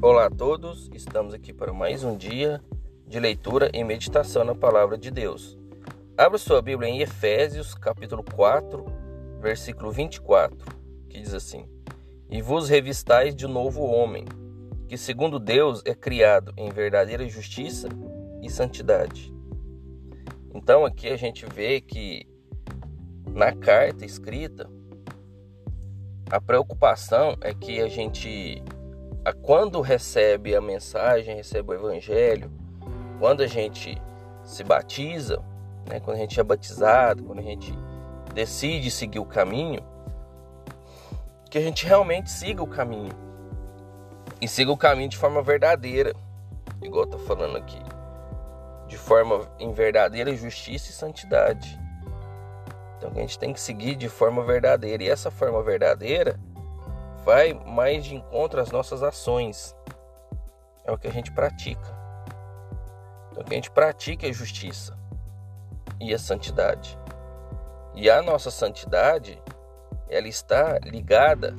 Olá a todos, estamos aqui para mais um dia de leitura e meditação na Palavra de Deus. Abra sua Bíblia em Efésios, capítulo 4, versículo 24, que diz assim: E vos revistais de novo homem, que segundo Deus é criado em verdadeira justiça e santidade. Então aqui a gente vê que na carta escrita, a preocupação é que a gente, quando recebe a mensagem, recebe o evangelho, quando a gente se batiza, quando a gente é batizado, quando a gente decide seguir o caminho, que a gente realmente siga o caminho. E siga o caminho de forma verdadeira, igual está falando aqui. De forma em verdadeira justiça e santidade. Então a gente tem que seguir de forma verdadeira. E essa forma verdadeira vai mais de encontro às nossas ações. É o que a gente pratica. Então o que a gente pratica é a justiça e a santidade. E a nossa santidade, ela está ligada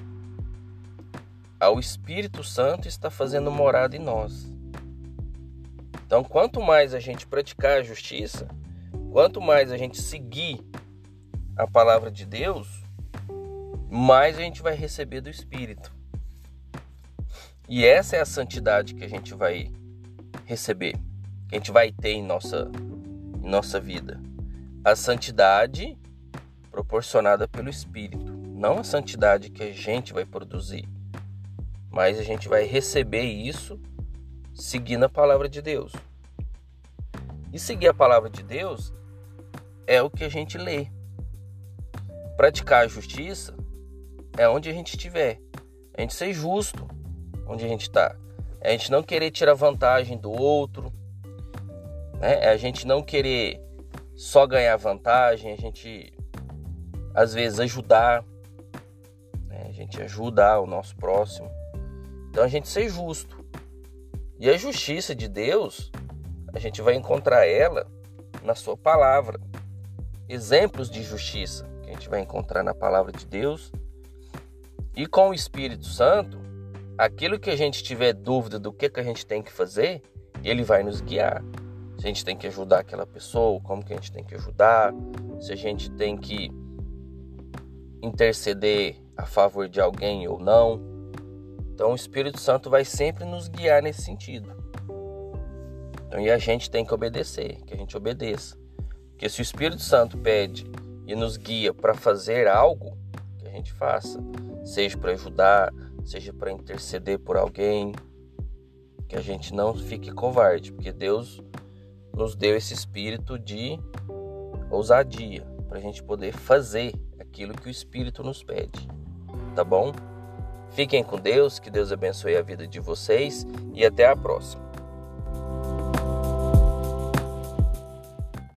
ao Espírito Santo, está fazendo morada em nós. Então, quanto mais a gente praticar a justiça, quanto mais a gente seguir a palavra de Deus, mais a gente vai receber do Espírito. E essa é a santidade que a gente vai receber, que a gente vai ter em nossa vida. A santidade proporcionada pelo Espírito, não a santidade que a gente vai produzir, mas a gente vai receber isso seguindo a palavra de Deus. E seguir a palavra de Deus é o que a gente lê. Praticar a justiça é onde a gente estiver. A gente ser justo onde a gente está. A gente não querer tirar vantagem do outro. É a gente não querer só ganhar vantagem. A gente, às vezes, ajudar. A gente ajudar o nosso próximo. Então, a gente ser justo. E a justiça de Deus, a gente vai encontrar ela na sua palavra. Exemplos de justiça que a gente vai encontrar na palavra de Deus. E com o Espírito Santo, aquilo que a gente tiver dúvida do que a gente tem que fazer, ele vai nos guiar. Se a gente tem que ajudar aquela pessoa, como que a gente tem que ajudar, se a gente tem que interceder a favor de alguém ou não. Então o Espírito Santo vai sempre nos guiar nesse sentido. Então, e a gente tem que obedecer, que a gente obedeça. Porque se o Espírito Santo pede e nos guia para fazer algo, que a gente faça. Seja para ajudar, seja para interceder por alguém. Que a gente não fique covarde, porque Deus nos deu esse espírito de ousadia, para a gente poder fazer aquilo que o Espírito nos pede. Tá bom? Fiquem com Deus, que Deus abençoe a vida de vocês e até a próxima.